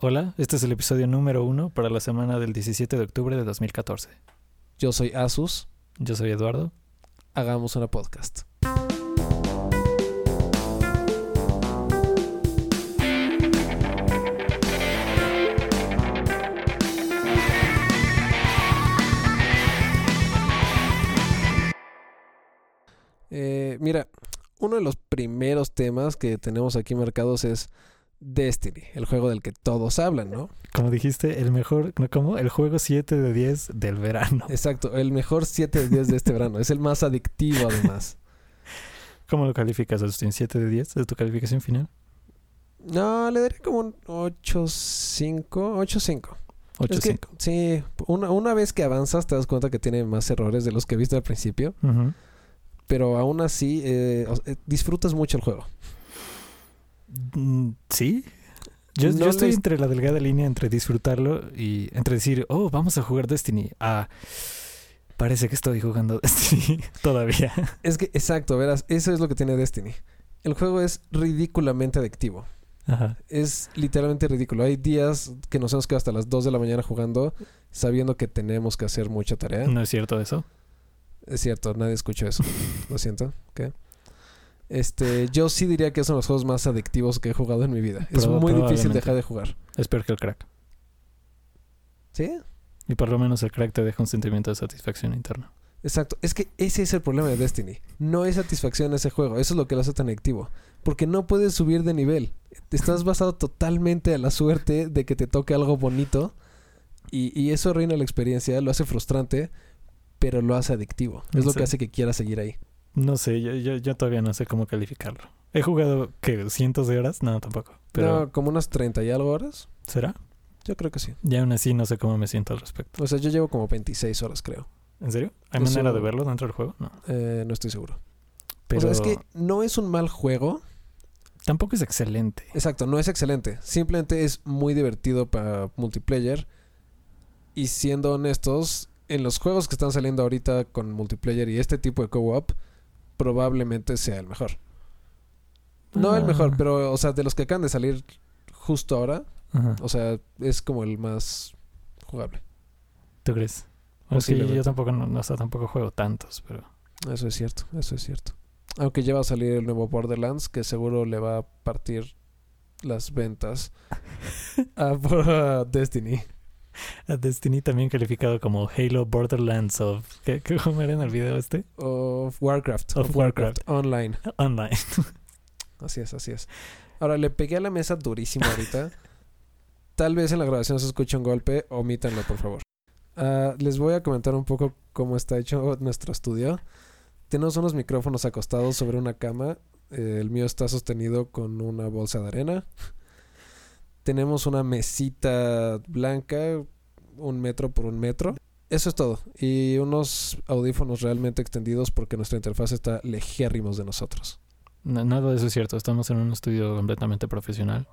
Hola, este es el episodio número 1 para la semana del 17 de octubre de 2014. Yo soy Asus. Yo soy Eduardo. Hagamos una podcast. Mira, uno de los primeros temas que tenemos aquí marcados es Destiny, el juego del que todos hablan, ¿no? Como dijiste, el mejor, ¿cómo? El juego 7 de 10 del verano. Exacto, el mejor 7 de 10 de este verano. Es el más adictivo, además. ¿Cómo lo calificas, Austin? ¿7 de 10 de tu calificación final? No, le daría como un 8.5. 8.5. 8.5. Sí, una vez que avanzas te das cuenta que tiene más errores de los que viste al principio. Uh-huh. Pero aún así disfrutas mucho el juego. ¿Sí? Yo estoy entre la delgada línea entre disfrutarlo y entre decir, oh, vamos a jugar Destiny. Parece que estoy jugando Destiny todavía. Es que, exacto, verás, eso es lo que tiene Destiny. El juego es ridículamente adictivo. Ajá. Es literalmente ridículo. Hay días que nos hemos quedado hasta las 2 de la mañana jugando, sabiendo que tenemos que hacer mucha tarea. ¿No es cierto eso? Es cierto, nadie escuchó eso. Lo siento. ¿Qué? Yo sí diría que es uno de los juegos más adictivos que he jugado en mi vida. Es muy difícil dejar de jugar. Es peor que el crack. ¿Sí? Y por lo menos el crack te deja un sentimiento de satisfacción interna. Exacto. Es que ese es el problema de Destiny. No hay satisfacción en ese juego. Eso es lo que lo hace tan adictivo. Porque no puedes subir de nivel. Estás basado totalmente a la suerte de que te toque algo bonito. Y eso arruina la experiencia, lo hace frustrante, pero lo hace adictivo. Es lo que hace que quieras seguir ahí. No sé, yo todavía no sé cómo calificarlo. He jugado, ¿qué? ¿Cientos de horas? No, tampoco. Pero No, como unas 30 y algo horas. ¿será? Yo creo que sí. Y aún así no sé cómo me siento al respecto. O sea, yo llevo como 26 horas, creo. ¿En serio? ¿Hay Eso- manera de verlo dentro del juego? No. No estoy seguro. Pero O sea, es que no es un mal juego. tampoco es excelente. Exacto, no es excelente. Simplemente es muy divertido para multiplayer. Y siendo honestos, en los juegos que están saliendo ahorita con multiplayer y este tipo de co-op, probablemente sea el mejor. No el mejor, pero, o sea, de los que acaban de salir justo ahora, Ajá. o sea, es como el más jugable. ¿Tú crees? Es que yo Posiblemente. tampoco, tampoco juego tantos, pero... Eso es cierto, eso es cierto. Aunque ya va a salir el nuevo Borderlands, que seguro le va a partir las ventas a Destiny. A Destiny también calificado como Halo Borderlands of... ¿Cómo era en el video este? Of Warcraft. Of Warcraft. Online. Online. Así es, así es. Ahora, le pegué a la mesa durísimo ahorita. Tal vez en la grabación se escuche un golpe. Omítanlo, por favor. Les voy a comentar un poco cómo está hecho nuestro estudio. Tenemos unos micrófonos acostados sobre una cama. El mío está sostenido con una bolsa de arena. Tenemos una mesita blanca, 1 metro por 1 metro. Eso es todo. Y unos audífonos realmente extendidos porque nuestra interfaz está lejísimos de nosotros. Nada de eso es cierto. Estamos en un estudio completamente profesional.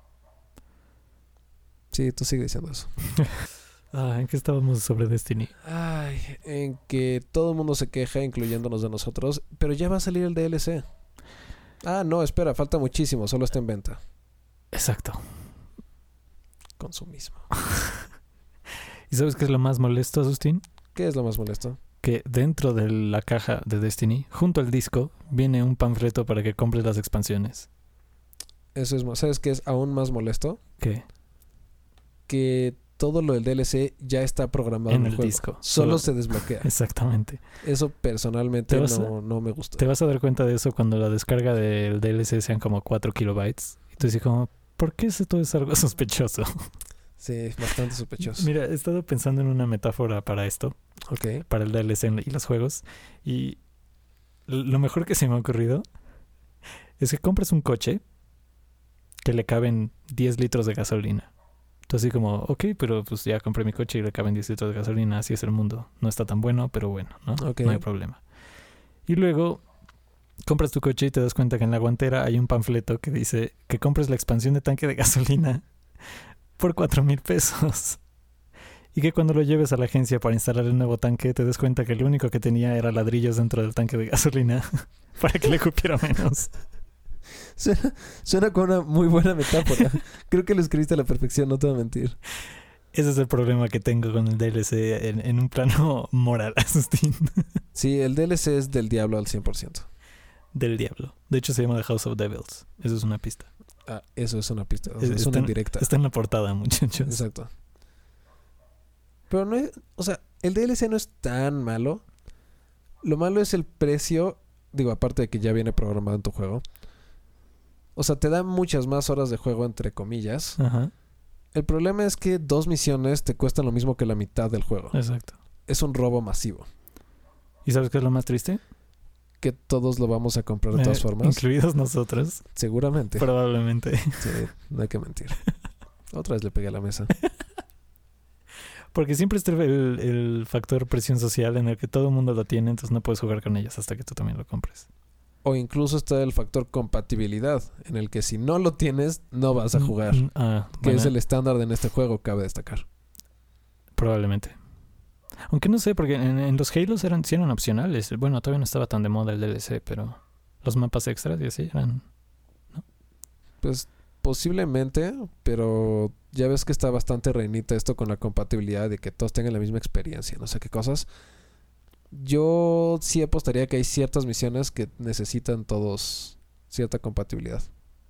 Sí, tú sigue diciendo eso. ¿En qué estábamos sobre Destiny? Ay, en que todo el mundo se queja, incluyéndonos de nosotros, pero ya va a salir el DLC. No, espera, falta muchísimo, solo está en venta. Exacto. Consumismo. ¿Y sabes qué es lo más molesto, Asustín? ¿Qué es lo más molesto? Que dentro de la caja de Destiny, junto al disco, viene un panfleto para que compres las expansiones. Eso es, ¿sabes qué es aún más molesto? ¿Qué? Que todo lo del DLC ya está programado En en el el juego. disco. Solo se desbloquea. Exactamente. Eso personalmente ¿Te vas no me gusta. Te vas a dar cuenta de eso cuando la descarga del DLC sean como 4 kilobytes. Y tú dices como, ¿por qué todo es algo sospechoso? Sí, bastante sospechoso. Mira, he estado pensando en una metáfora para esto, Ok. para el DLC y los juegos. Y lo mejor que se me ha ocurrido es que compras un coche que le caben 10 litros de gasolina. Entonces así como, ok, pero pues ya compré mi coche y le caben 10 litros de gasolina, así es el mundo. No está tan bueno, pero bueno, ¿no? Ok. No hay problema. Y luego compras tu coche y te das cuenta que en la guantera hay un panfleto que dice que compres la expansión de tanque de gasolina por 4,000 pesos. Y que cuando lo lleves a la agencia para instalar el nuevo tanque, te des cuenta que lo único que tenía era ladrillos dentro del tanque de gasolina para que le cupiera menos. Suena como una muy buena metáfora. Creo que lo escribiste a la perfección, no te voy a mentir. Ese es el problema que tengo con el DLC en un plano moral, Asustín. Sí, el DLC es del diablo al 100%. Del diablo. De hecho se llama The House of Devils. Eso es una pista. Ah, eso es una pista. O sea, es una indirecta. Está en la portada, muchachos. Exacto. Pero no es... O sea, el DLC no es tan malo. Lo malo es el precio. Digo, aparte de que ya viene programado en tu juego. O sea, te da muchas más horas de juego, entre comillas. Ajá. El problema es que 2 misiones te cuestan lo mismo que la mitad del juego. Exacto. Es un robo masivo. ¿Y sabes qué es lo más triste? Que todos lo vamos a comprar de todas formas. Incluidos nosotros. Seguramente. Probablemente. Sí, no hay que mentir. Otra vez le pegué a la mesa. Porque siempre está el factor presión social en el que todo el mundo lo tiene, entonces no puedes jugar con ellos hasta que tú también lo compres. O incluso está el factor compatibilidad, en el que si no lo tienes, no vas a jugar. Que bueno, es el estándar en este juego, cabe destacar. Probablemente. Aunque no sé, porque en los Halos sí eran opcionales. Bueno, todavía no estaba tan de moda el DLC, pero los mapas extras y así eran... ¿no? Pues posiblemente, pero ya ves que está bastante reinita esto con la compatibilidad de que todos tengan la misma experiencia, no sé qué cosas. Yo sí apostaría que hay ciertas misiones que necesitan todos cierta compatibilidad.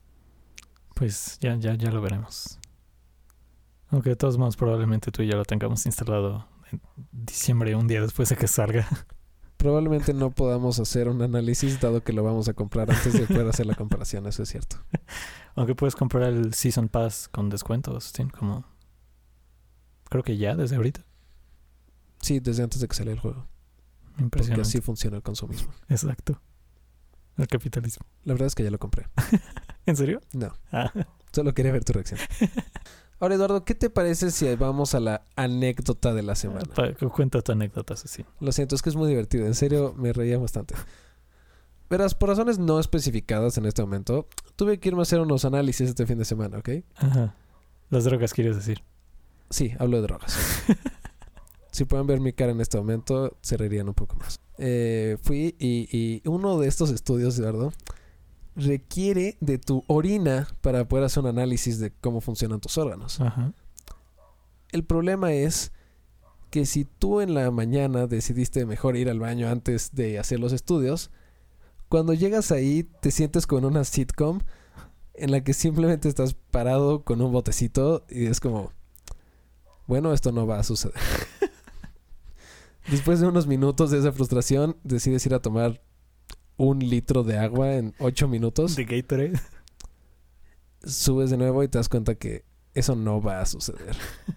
Pues ya lo veremos. Aunque de todos modos probablemente tú y yo lo tengamos instalado en diciembre, un día después de que salga. Probablemente no podamos hacer un análisis dado que lo vamos a comprar antes de poder hacer la comparación, eso es cierto. Aunque puedes comprar el Season Pass con descuentos, ¿sí? Como... Creo que ya, desde ahorita. Sí, desde antes de que saliera el juego. Porque Impresionante. así funciona el consumismo. Exacto. El capitalismo. La verdad es que ya lo compré. ¿En serio? No, Ah. solo quería ver tu reacción. Ahora, Eduardo, ¿qué te parece si vamos a la anécdota de la semana? Cuenta tu anécdota, sí. Lo siento, es que es muy divertido. En serio, me reía bastante. Verás, por razones no especificadas en este momento, tuve que irme a hacer unos análisis este fin de semana, ¿ok? Ajá. Las drogas, quieres decir. Sí, hablo de drogas. Si pueden ver mi cara en este momento, se reirían un poco más. Fui y uno de estos estudios, Eduardo, requiere de tu orina para poder hacer un análisis de cómo funcionan tus órganos. Ajá. El problema es que si tú en la mañana decidiste mejor ir al baño antes de hacer los estudios, cuando llegas ahí te sientes con una sitcom en la que simplemente estás parado con un botecito y es como, bueno, esto no va a suceder. Después de unos minutos de esa frustración, decides ir a tomar 1 litro de agua en 8 minutos. De Gatorade. Subes de nuevo y te das cuenta que eso no va a suceder.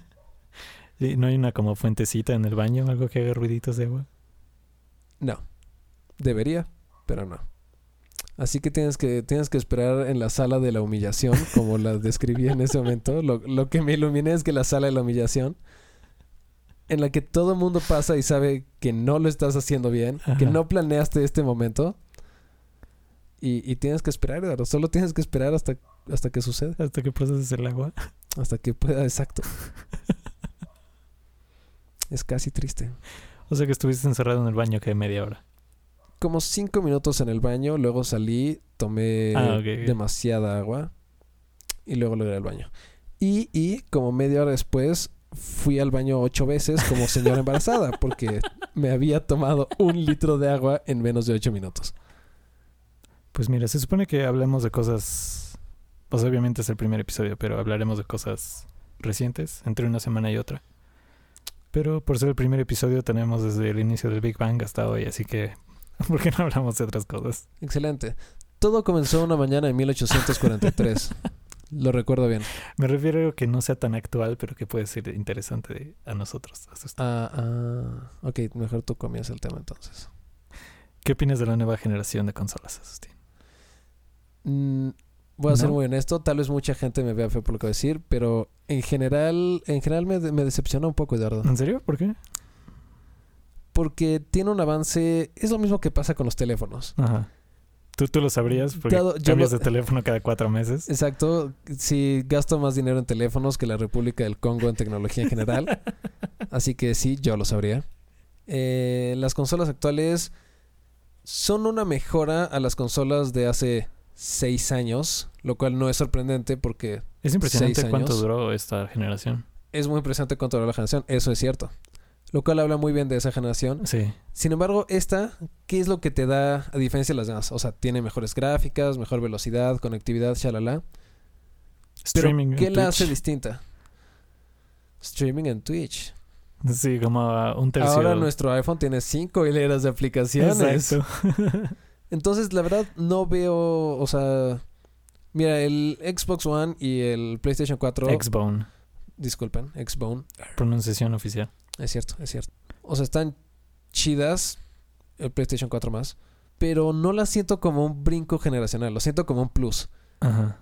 Sí, ¿no hay una como fuentecita en el baño, algo que haga ruiditos de agua? No. Debería, pero no. Así que tienes que esperar en la sala de la humillación, como la describí en ese momento. Lo que me iluminé es que la sala de la humillación, en la que todo el mundo pasa y sabe que no lo estás haciendo bien, Ajá. que no planeaste este momento. Y tienes que esperar, Eduardo. Solo tienes que esperar hasta que suceda. Hasta que proceses el agua. Hasta que pueda, exacto. Es casi triste. O sea que estuviste encerrado en el baño que media hora. Como 5 minutos en el baño, luego salí, tomé Ok. demasiada agua y luego logré el baño. Y como media hora después fui al baño 8 veces como señora embarazada porque me había tomado 1 litro de agua en menos de 8 minutos. Pues mira, se supone que hablemos de cosas... Pues obviamente es el primer episodio, pero hablaremos de cosas recientes, entre una semana y otra. Pero por ser el primer episodio tenemos desde el inicio del Big Bang hasta hoy, así que... ¿Por qué no hablamos de otras cosas? Excelente. Todo comenzó una mañana en 1843. Lo recuerdo bien. Me refiero a que no sea tan actual, pero que puede ser interesante a nosotros. Ok, mejor tú comienzas el tema entonces. ¿Qué opinas de la nueva generación de consolas, Asustín? Voy a ser ¿No? muy honesto. Tal vez mucha gente me vea feo por lo que voy a decir, pero en general me decepciona un poco, Eduardo. ¿En serio? ¿Por qué? Porque tiene un avance... Es lo mismo que pasa con los teléfonos. Ajá. ¿Tú lo sabrías? Porque cambias de teléfono cada 4 meses. Exacto. Sí, gasto más dinero en teléfonos que la República del Congo en tecnología en general. Así que sí, yo lo sabría. Las consolas actuales son una mejora a las consolas de hace 6 años, lo cual no es sorprendente porque Es impresionante 6 cuánto años. duró esta generación. Es muy impresionante cuánto duró la generación, eso es cierto. Lo cual habla muy bien de esa generación. Sí. Sin embargo, esta, ¿qué es lo que te da a diferencia de las demás? O sea, tiene mejores gráficas, mejor velocidad, conectividad, shalala. Pero, Streaming ¿qué en la hace Twitch. distinta? Streaming en Twitch. Sí, como un tercio. Ahora nuestro iPhone tiene 5 hileras de aplicaciones. Exacto. Entonces, la verdad, no veo... O sea... Mira, el Xbox One y el PlayStation 4... Xbone. Disculpen, Xbone. Pronunciación oficial. Es cierto, es cierto. O sea, están chidas el PlayStation 4 más, pero no las siento como un brinco generacional, lo siento como un plus. Ajá.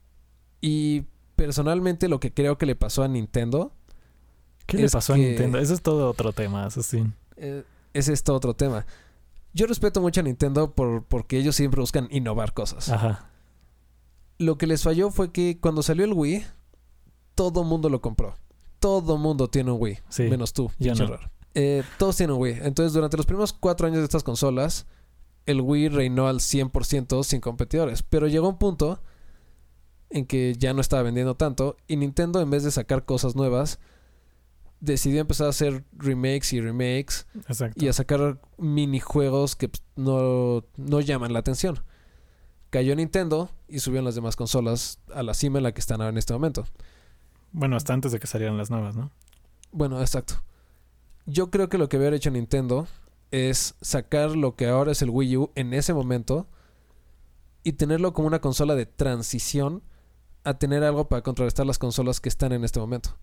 Y personalmente lo que creo que le pasó a Nintendo ¿Qué le es pasó a que- Nintendo? Eso es todo otro tema, eso sí. es esto otro tema. Yo respeto mucho a Nintendo porque ellos siempre buscan innovar cosas. Ajá. Lo que les falló fue que cuando salió el Wii, todo mundo lo compró. Todo mundo tiene un Wii, Sí. menos tú, yo pinche no. raro. Todos tienen un Wii. Entonces, durante los primeros 4 años de estas consolas, el Wii reinó al 100% sin competidores. Pero llegó un punto en que ya no estaba vendiendo tanto y Nintendo, en vez de sacar cosas nuevas, decidió empezar a hacer remakes y remakes Exacto. y a sacar minijuegos que pues, no llaman la atención. Cayó Nintendo y subieron las demás consolas a la cima en la que están ahora en este momento. Bueno, hasta antes de que salieran las nuevas, ¿no? Bueno, exacto. Yo creo que lo que hubiera hecho Nintendo es sacar lo que ahora es el Wii U en ese momento y tenerlo como una consola de transición a tener algo para contrarrestar las consolas que están en este momento.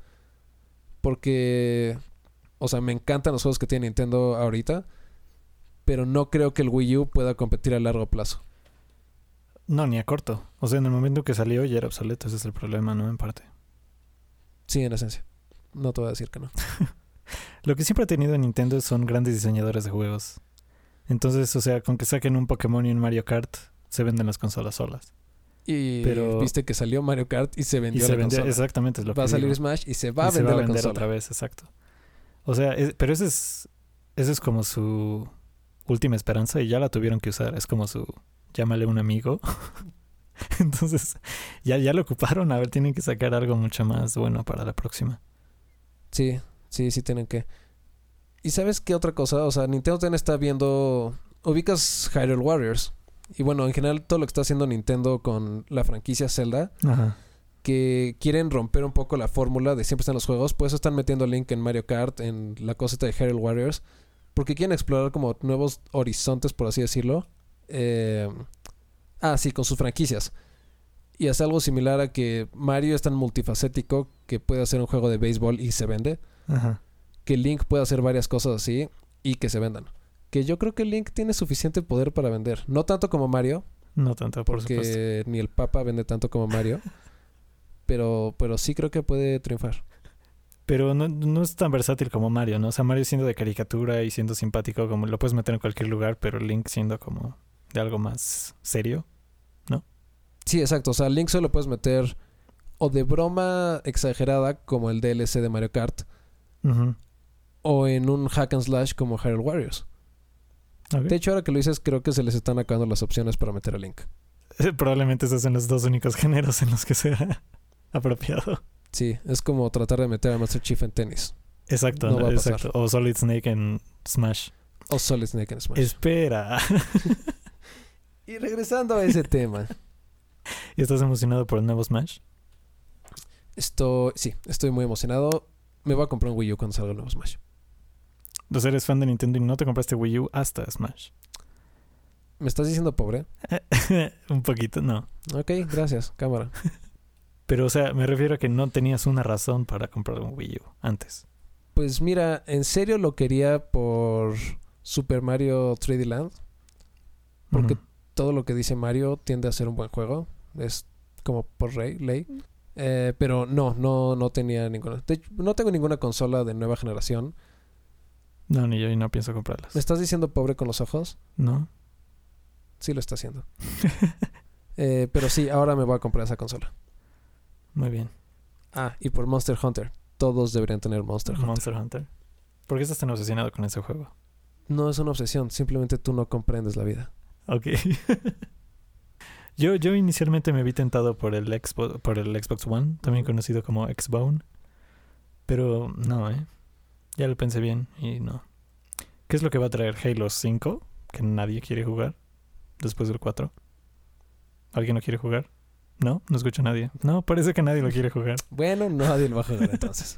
Porque, o sea, me encantan los juegos que tiene Nintendo ahorita, pero no creo que el Wii U pueda competir a largo plazo. No, ni a corto. O sea, en el momento que salió ya era obsoleto. Ese es el problema, ¿no? En parte. Sí, en esencia. No te voy a decir que no. Lo que siempre ha tenido Nintendo son grandes diseñadores de juegos. Entonces, o sea, con que saquen un Pokémon y un Mario Kart, se venden las consolas solas. Y Pero- viste que salió Mario Kart y se Y vendió se la vendió, consola. exactamente es lo Va a que salir digo. Smash y se va a Y se vender va a la vender consola. otra vez, exacto. O sea, pero ese es como su última esperanza y ya la tuvieron que usar. Es como su, llámale un amigo. Entonces, ya lo ocuparon. A ver, tienen que sacar algo mucho más bueno para la próxima. Sí tienen que. ¿Y sabes qué otra cosa? O sea, Nintendo también está viendo... Ubicas Hyrule Warriors. Y bueno, en general todo lo que está haciendo Nintendo con la franquicia Zelda, Ajá. que quieren romper un poco la fórmula de siempre están los juegos. Por eso están metiendo Link en Mario Kart, en la cosita de Hyrule Warriors. Porque quieren explorar como nuevos horizontes, por así decirlo. Sí, con sus franquicias. Y hace algo similar a que Mario es tan multifacético que puede hacer un juego de béisbol y se vende. Ajá. Que Link puede hacer varias cosas así y que se vendan. Que yo creo que Link tiene suficiente poder para vender. No tanto como Mario, No tanto, por supuesto. porque ni el Papa vende tanto como Mario. pero sí creo que puede triunfar. Pero no es tan versátil como Mario, ¿no? O sea, Mario siendo de caricatura y siendo simpático, como lo puedes meter en cualquier lugar, pero Link siendo como de algo más serio. Sí, exacto. O sea, Link solo puedes meter o de broma exagerada como el DLC de Mario Kart Ujú. o en un hack and slash como Hyrule Warriors. Ok. De hecho, ahora que lo dices, creo que se les están acabando las opciones para meter a Link. Probablemente esos son los dos únicos géneros en los que sea apropiado. Sí, es como tratar de meter a Master Chief en tenis. Exacto, No va a pasar. exacto. O Solid Snake en Smash. O Solid Snake en Smash. Espera. Y regresando a ese tema. ¿Y estás emocionado por el nuevo Smash? Estoy muy emocionado. Me voy a comprar un Wii U cuando salga el nuevo Smash. O sea, eres fan de Nintendo y no te compraste Wii U hasta Smash. ¿Me estás diciendo pobre? Un poquito, no. Ok, gracias, cámara. Pero, o sea, me refiero a que no tenías una razón para comprar un Wii U antes. Pues mira, en serio lo quería por Super Mario 3D Land. Porque Ujú. todo lo que dice Mario tiende a ser un buen juego. Es como por ley. Pero no tenía ninguna. De hecho, no tengo ninguna consola de nueva generación. No, ni yo y no pienso comprarlas. ¿Me estás diciendo pobre con los ojos? ¿No? Sí lo está haciendo. Pero sí, ahora me voy a comprar esa consola. Muy bien. Y por Monster Hunter. Todos deberían tener Monster Hunter. Monster Hunter. ¿Por qué estás tan obsesionado con ese juego? No es una obsesión, simplemente tú no comprendes la vida. Ok. Yo inicialmente me vi tentado por el Xbox One, también conocido como Xbone. Pero no, ya lo pensé bien y no. ¿Qué es lo que va a traer Halo 5? Que nadie quiere jugar después del 4. ¿Alguien lo quiere jugar? No escucho a nadie. No, parece que nadie lo quiere jugar. Bueno, nadie lo va a jugar entonces.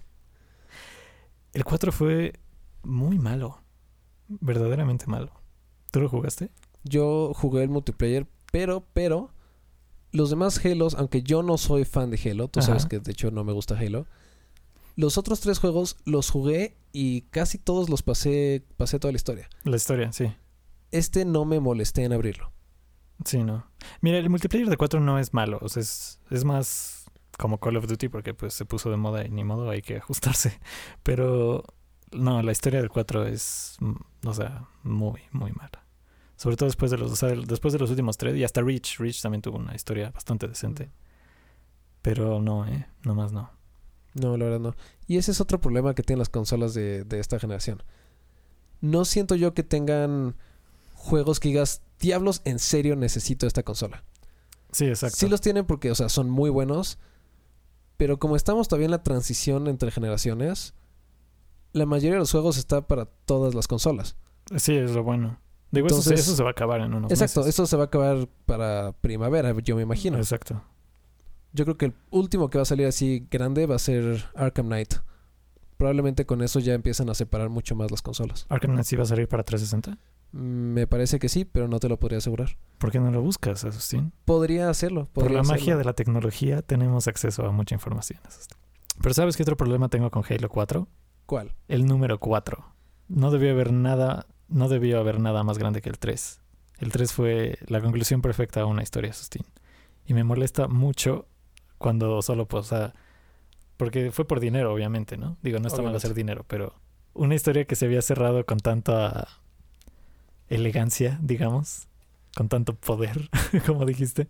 El 4 fue muy malo. Verdaderamente malo. ¿Tú lo jugaste? Yo jugué el multiplayer, pero los demás Halos, aunque yo no soy fan de Halo, tú sabes que de hecho no me gusta Halo, los otros 3 juegos los jugué y casi todos los pasé toda la historia. La historia, sí. No me molesté en abrirlo. Sí, no. Mira, el multiplayer de 4 no es malo. O sea, es más como Call of Duty porque pues se puso de moda y ni modo hay que ajustarse. Pero no, la historia del 4 es, o sea, muy, muy mala. Sobre todo después después de los últimos 3 y hasta Reach también tuvo una historia bastante decente. Pero no, nomás no. No, la verdad no. Y ese es otro problema que tienen las consolas de esta generación. No siento yo que tengan juegos que digas, diablos, en serio necesito esta consola. Sí, exacto. Sí los tienen porque, o sea, son muy buenos. Pero como estamos todavía en la transición entre generaciones, la mayoría de los juegos está para todas las consolas. Sí, es lo bueno. Digo, entonces, eso se va a acabar en unos exacto, meses. eso se va a acabar para primavera, yo me imagino. Exacto. Yo creo que el último que va a salir así grande va a ser Arkham Knight. Probablemente con eso ya empiezan a separar mucho más las consolas. ¿Arkham Knight sí va a salir para 360? Me parece que sí, pero no te lo podría asegurar. ¿Por qué no lo buscas, Asustín? Podría hacerlo. Por la magia de la tecnología tenemos acceso a mucha información, Asustín. Pero ¿sabes qué otro problema tengo con Halo 4? ¿Cuál? El número 4. No debió haber nada más grande que el 3. El 3 fue la conclusión perfecta a una historia, Asustín. Y me molesta mucho cuando solo, pues, o sea, porque fue por dinero, obviamente, ¿no? Digo, no está mal hacer dinero, pero una historia que se había cerrado con tanta elegancia, digamos, con tanto poder, como dijiste,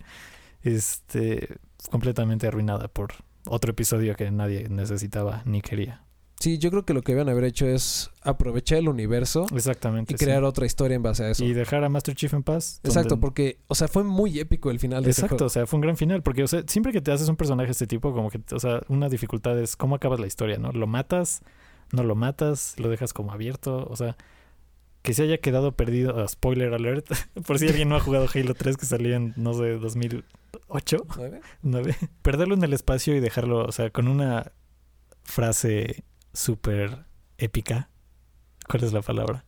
completamente arruinada por otro episodio que nadie necesitaba ni quería. Sí, yo creo que lo que deben haber hecho es aprovechar el universo. Exactamente. Y crear otra historia en base a eso. Y dejar a Master Chief en paz. Exacto, porque, o sea, fue muy épico el final de ese juego. Exacto, o sea, fue un gran final. Porque, o sea, siempre que te haces un personaje de este tipo, como que, o sea, una dificultad es cómo acabas la historia, ¿no? ¿Lo matas? ¿No lo matas? ¿Lo dejas como abierto? O sea, que se haya quedado perdido. Spoiler alert. Por si alguien no ha jugado Halo 3 que salió en, no sé, 2008. ¿9? Perderlo en el espacio y dejarlo, o sea, con una frase súper épica. ¿Cuál es la palabra?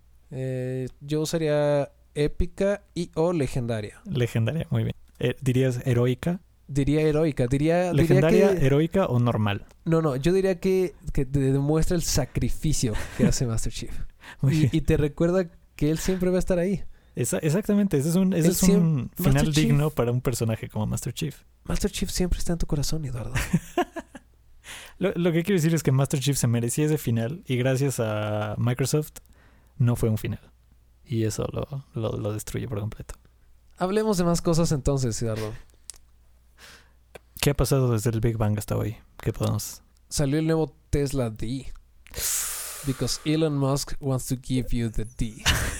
Yo usaría épica y o legendaria. Legendaria, muy bien. ¿Dirías heroica? Diría heroica. ¿Legendaria, diría que... heroica o normal? No. Yo diría que te demuestra el sacrificio que hace Master Chief. Y te recuerda que él siempre va a estar ahí. Exactamente. Ese es un final digno para un personaje como Master Chief. Master Chief siempre está en tu corazón, Eduardo. Lo que quiero decir es que Master Chief se merecía ese final y gracias a Microsoft no fue un final. Y eso lo destruye por completo. Hablemos de más cosas entonces, Eduardo. ¿Qué ha pasado desde el Big Bang hasta hoy? ¿Qué podemos? Salió el nuevo Tesla D. Because Elon Musk wants to give you the D.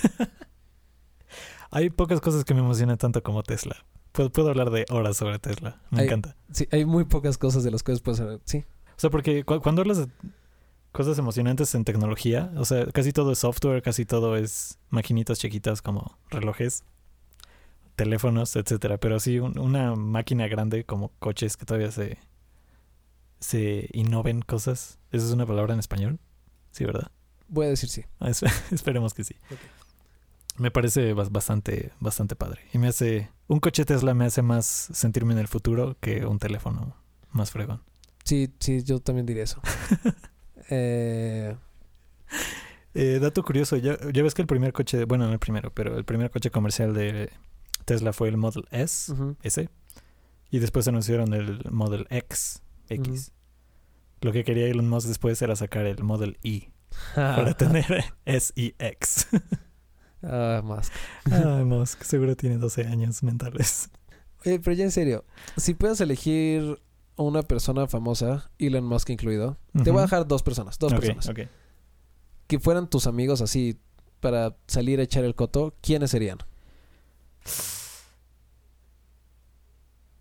Hay pocas cosas que me emocionan tanto como Tesla. Puedo hablar de horas sobre Tesla. Me encanta. Sí, hay muy pocas cosas de las cuales puedes hablar. Sí. O sea, porque cuando hablas de cosas emocionantes en tecnología, o sea, casi todo es software, casi todo es maquinitas chiquitas como relojes, teléfonos, etcétera. Pero sí, una máquina grande como coches que todavía se innoven cosas. ¿Esa es una palabra en español? Sí, ¿verdad? Voy a decir sí. Esperemos que sí. Okay. Me parece bastante padre. Y un coche Tesla me hace más sentirme en el futuro que un teléfono más fregón. Sí, yo también diría eso. Dato curioso, ya ves que el primer coche, bueno, no el primero, pero el primer coche comercial de Tesla fue el Model S, S, y después anunciaron el Model X. Lo que quería Elon Musk después era sacar el Model E para tener S y X. Musk. Musk, seguro tiene 12 años mentales. Oye, pero ya en serio, si puedes elegir una persona famosa, Elon Musk incluido, te voy a dejar dos personas. Okay. Que fueran tus amigos así para salir a echar el coto, ¿quiénes serían?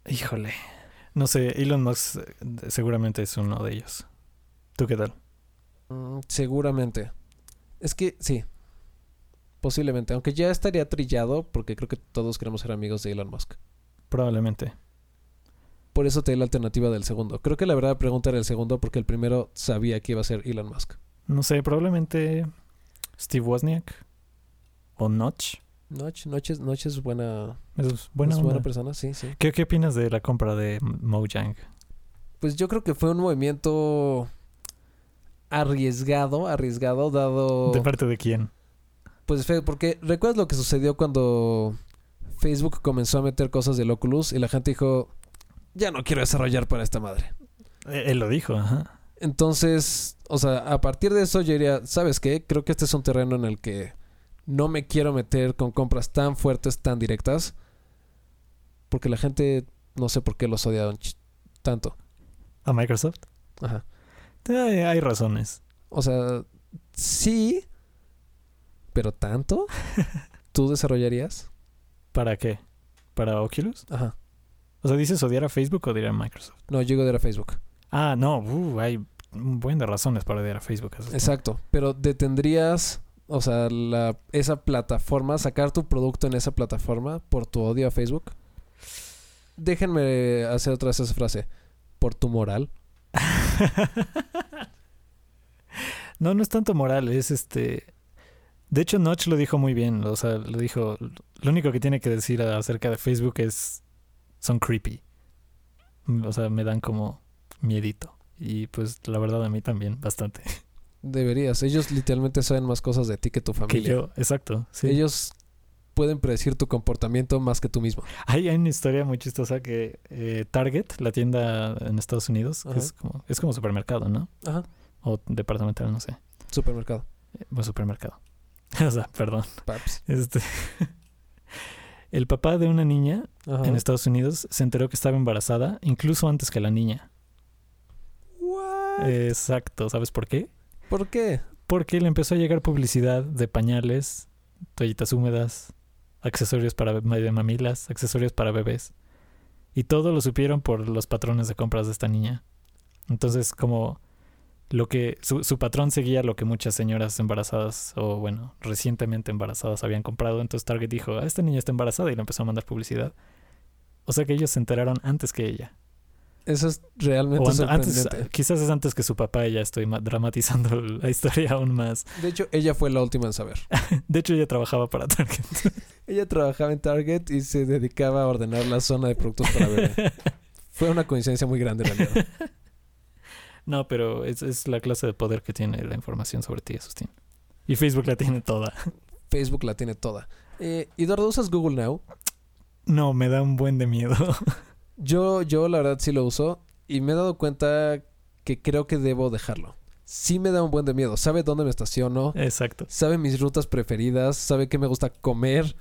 Híjole. No sé, Elon Musk seguramente es uno de ellos. ¿Tú qué tal? Seguramente. Es que sí, posiblemente. Aunque ya estaría trillado porque creo que todos queremos ser amigos de Elon Musk. Probablemente. Por eso te di la alternativa del segundo. Creo que la verdad pregunta era el segundo porque el primero sabía que iba a ser Elon Musk. No sé, probablemente Steve Wozniak o Notch. Notch es buena, Es buena es onda. buena persona, sí, sí. ¿Qué opinas de la compra de Mojang? Pues yo creo que fue un movimiento arriesgado dado... ¿De parte de quién? Pues porque ¿recuerdas lo que sucedió cuando Facebook comenzó a meter cosas del Oculus y la gente dijo, ya no quiero desarrollar para esta madre? Él lo dijo, ajá. Entonces, o sea, a partir de eso yo diría, ¿sabes qué? Creo que este es un terreno en el que no me quiero meter con compras tan fuertes, tan directas, porque la gente no sé por qué los odiaron tanto. ¿A Microsoft? Ajá. Hay razones. O sea, sí, pero tanto. ¿Tú desarrollarías? ¿Para qué? ¿Para Oculus? Ajá. O sea, ¿dices odiar a Facebook o odiar a Microsoft? No, yo digo de Facebook. Ah, no, hay un buen de razones para odiar a Facebook. Exacto. Pero detendrías, o sea, esa plataforma, sacar tu producto en esa plataforma por tu odio a Facebook. Déjenme hacer otra vez esa frase. Por tu moral. No es tanto moral, es De hecho, Notch lo dijo muy bien. O sea, lo dijo. Lo único que tiene que decir acerca de Facebook son creepy. O sea, me dan como miedito. Y pues la verdad a mí también, bastante. Deberías. Ellos literalmente saben más cosas de ti que tu Que familia. yo, exacto. Sí. Ellos pueden predecir tu comportamiento más que tú mismo. Hay una historia muy chistosa que Target, la tienda en Estados Unidos, que es como supermercado, ¿no? Ajá. O departamental, no sé. Supermercado. Supermercado. O sea, perdón. Paps. El papá de una niña Ajá. en Estados Unidos se enteró que estaba embarazada incluso antes que la niña. What? Exacto. ¿Sabes por qué? ¿Por qué? Porque le empezó a llegar publicidad de pañales, toallitas húmedas, accesorios para mamilas, accesorios para bebés. Y todo lo supieron por los patrones de compras de esta niña. Entonces, como lo que su patrón seguía lo que muchas señoras embarazadas o, bueno, recientemente embarazadas habían comprado. Entonces Target dijo, esta niña está embarazada y le empezó a mandar publicidad. O sea que ellos se enteraron antes que ella. Eso es realmente sorprendente. Quizás es antes que su papá, y ya estoy dramatizando la historia aún más. De hecho, ella fue la última en saber. De hecho, ella trabajaba para Target. Ella trabajaba en Target y se dedicaba a ordenar la zona de productos para bebé. Fue una coincidencia muy grande, en realidad. No, pero es la clase de poder que tiene la información sobre ti, Asustín. Y Facebook la tiene toda. Facebook la tiene toda. Eduardo, ¿usas Google Now? No, me da un buen de miedo. Yo la verdad sí lo uso y me he dado cuenta que creo que debo dejarlo. Sí me da un buen de miedo. Sabe dónde me estaciono. Exacto. Sabe mis rutas preferidas. Sabe qué me gusta comer.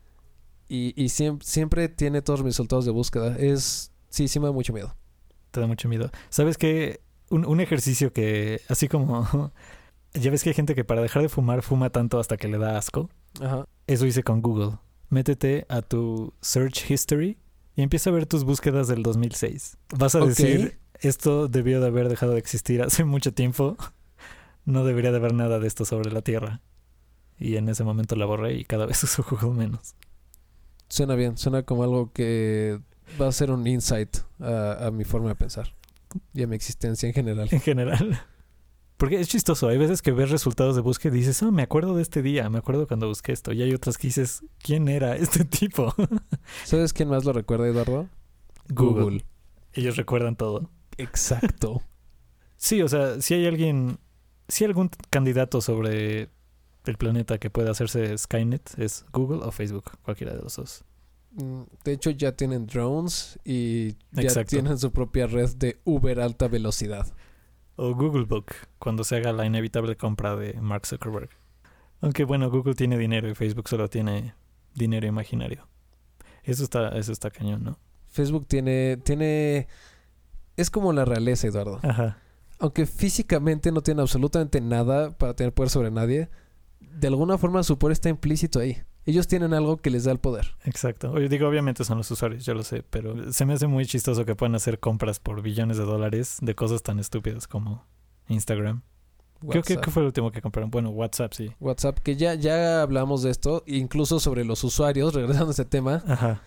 Y siempre tiene todos mis resultados de búsqueda. Sí me da mucho miedo. Te da mucho miedo. ¿Sabes qué? Un ejercicio que, así como... Ya ves que hay gente que para dejar de fumar, fuma tanto hasta que le da asco. Ajá. Eso hice con Google. Métete a tu Search History y empieza a ver tus búsquedas del 2006. Vas a decir, esto debió de haber dejado de existir hace mucho tiempo. No debería de haber nada de esto sobre la Tierra. Y en ese momento la borré y cada vez uso Google menos. Suena bien. Suena como algo que va a ser un insight a mi forma de pensar. Y a mi existencia en general. En general. Porque es chistoso. Hay veces que ves resultados de búsqueda y dices, me acuerdo de este día. Me acuerdo cuando busqué esto. Y hay otras que dices, ¿quién era este tipo? ¿Sabes quién más lo recuerda, Eduardo? Google. Ellos recuerdan todo. Exacto. Sí, o sea, si hay algún candidato sobre el planeta que pueda hacerse Skynet, es Google o Facebook, cualquiera de los dos. De hecho, ya tienen drones y ya Exacto. tienen su propia red de Uber alta velocidad. O Google Book, cuando se haga la inevitable compra de Mark Zuckerberg. Aunque bueno, Google tiene dinero y Facebook solo tiene dinero imaginario. Eso está cañón, ¿no? Facebook tiene... Es como la realeza, Eduardo. Ajá. Aunque físicamente no tiene absolutamente nada para tener poder sobre nadie, de alguna forma su poder está implícito ahí. Ellos tienen algo que les da el poder. Exacto. Oye, digo, obviamente son los usuarios, yo lo sé, pero se me hace muy chistoso que puedan hacer compras por billones de dólares de cosas tan estúpidas como Instagram. ¿Qué fue el último que compraron? Bueno, WhatsApp, sí. WhatsApp, que ya hablamos de esto, incluso sobre los usuarios, regresando a ese tema. Ajá.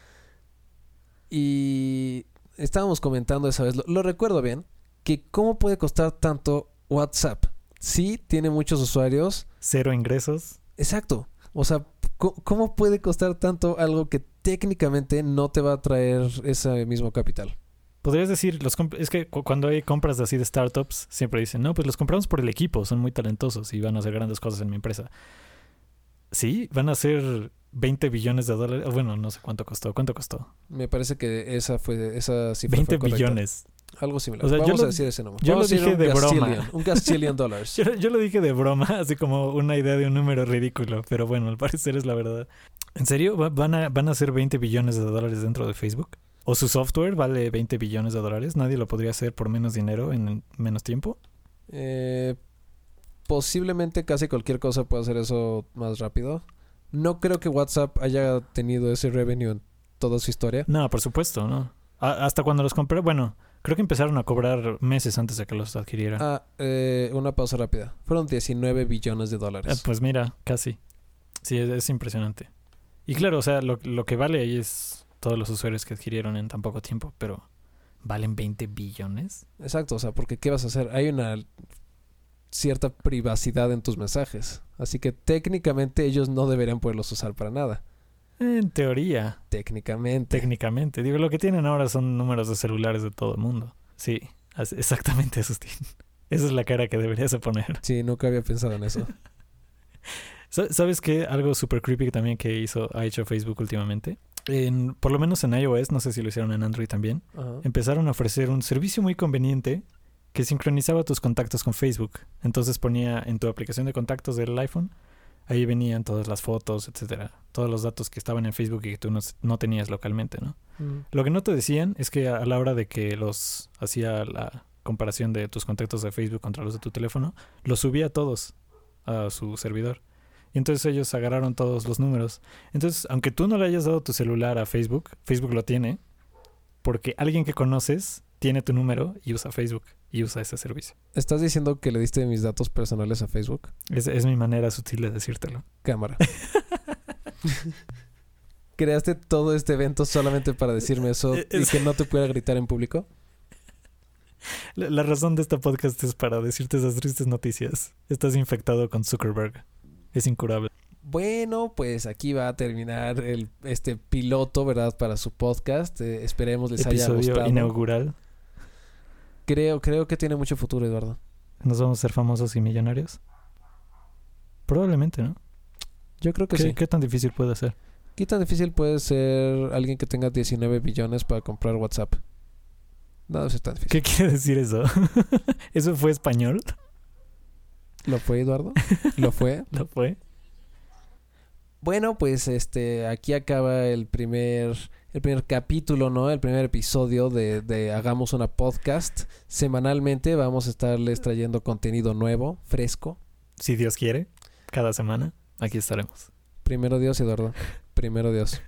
Y estábamos comentando esa vez, lo recuerdo bien, que cómo puede costar tanto WhatsApp. Sí, tiene muchos usuarios. 0 ingresos. Exacto. O sea, ¿cómo puede costar tanto algo que técnicamente no te va a traer ese mismo capital? Podrías decir, es que cuando hay compras así de startups, siempre dicen, no, pues los compramos por el equipo, son muy talentosos y van a hacer grandes cosas en mi empresa. Sí, van a hacer 20 billones de dólares. Bueno, no sé cuánto costó. ¿Cuánto costó? Me parece que esa cifra 20 fue correcta. billones. Algo similar. O sea, Vamos a decir ese número. Yo lo Vamos a dije decir de broma. Un gastillion dólares. Yo lo dije de broma, así como una idea de un número ridículo, pero bueno, al parecer es la verdad. ¿En serio? ¿Van a hacer 20 billones de dólares dentro de Facebook? ¿O su software vale 20 billones de dólares? ¿Nadie lo podría hacer por menos dinero en menos tiempo? Posiblemente casi cualquier cosa puede hacer eso más rápido. No creo que WhatsApp haya tenido ese revenue en toda su historia. No, por supuesto, no. Hasta cuando los compré, bueno, creo que empezaron a cobrar meses antes de que los adquirieran. Una pausa rápida. Fueron 19 billones de dólares. Pues mira, casi. Sí, es impresionante. Y claro, o sea, lo que vale ahí es todos los usuarios que adquirieron en tan poco tiempo, pero ¿valen 20 billones? Exacto, o sea, porque ¿qué vas a hacer? Hay una cierta privacidad en tus mensajes. Así que técnicamente ellos no deberían poderlos usar para nada. En teoría. Técnicamente. Digo, lo que tienen ahora son números de celulares de todo el mundo. Sí, exactamente, Asustín. Esa es la cara que deberías de poner. Sí, nunca había pensado en eso. ¿Sabes qué? Algo super creepy también que ha hecho Facebook últimamente. Por lo menos en iOS, no sé si lo hicieron en Android también. Ajá. Empezaron a ofrecer un servicio muy conveniente que sincronizaba tus contactos con Facebook. Entonces ponía en tu aplicación de contactos del iPhone, ahí venían todas las fotos, etcétera, todos los datos que estaban en Facebook y que tú no tenías localmente, ¿no? Lo que no te decían es que a la hora de que los hacía la comparación de tus contactos de Facebook contra los de tu teléfono, los subía todos a su servidor. Y entonces ellos agarraron todos los números. Entonces, aunque tú no le hayas dado tu celular a Facebook, Facebook lo tiene, porque alguien que conoces tiene tu número y usa Facebook y usa ese servicio. ¿Estás diciendo que le diste mis datos personales a Facebook? Es mi manera sutil de decírtelo. Cámara. ¿Creaste todo este evento solamente para decirme eso y que no te pudiera gritar en público? La razón de este podcast es para decirte esas tristes noticias. Estás infectado con Zuckerberg. Es incurable. Bueno, pues aquí va a terminar este piloto, ¿verdad? Para su podcast. Esperemos les haya gustado. Episodio inaugural. Creo que tiene mucho futuro, Eduardo. ¿Nos vamos a ser famosos y millonarios? Probablemente, ¿no? Yo creo que sí. ¿Qué tan difícil puede ser? ¿Qué tan difícil puede ser alguien que tenga 19 billones para comprar WhatsApp? No debe ser tan difícil. ¿Qué quiere decir eso? ¿Eso fue español? ¿Lo fue, Eduardo? ¿Lo fue? ¿Lo fue? Bueno, pues aquí acaba el primer capítulo, ¿no? El primer episodio de Hagamos una Podcast. Semanalmente vamos a estarles trayendo contenido nuevo, fresco. Si Dios quiere, cada semana aquí estaremos. Primero Dios, Eduardo. Primero Dios.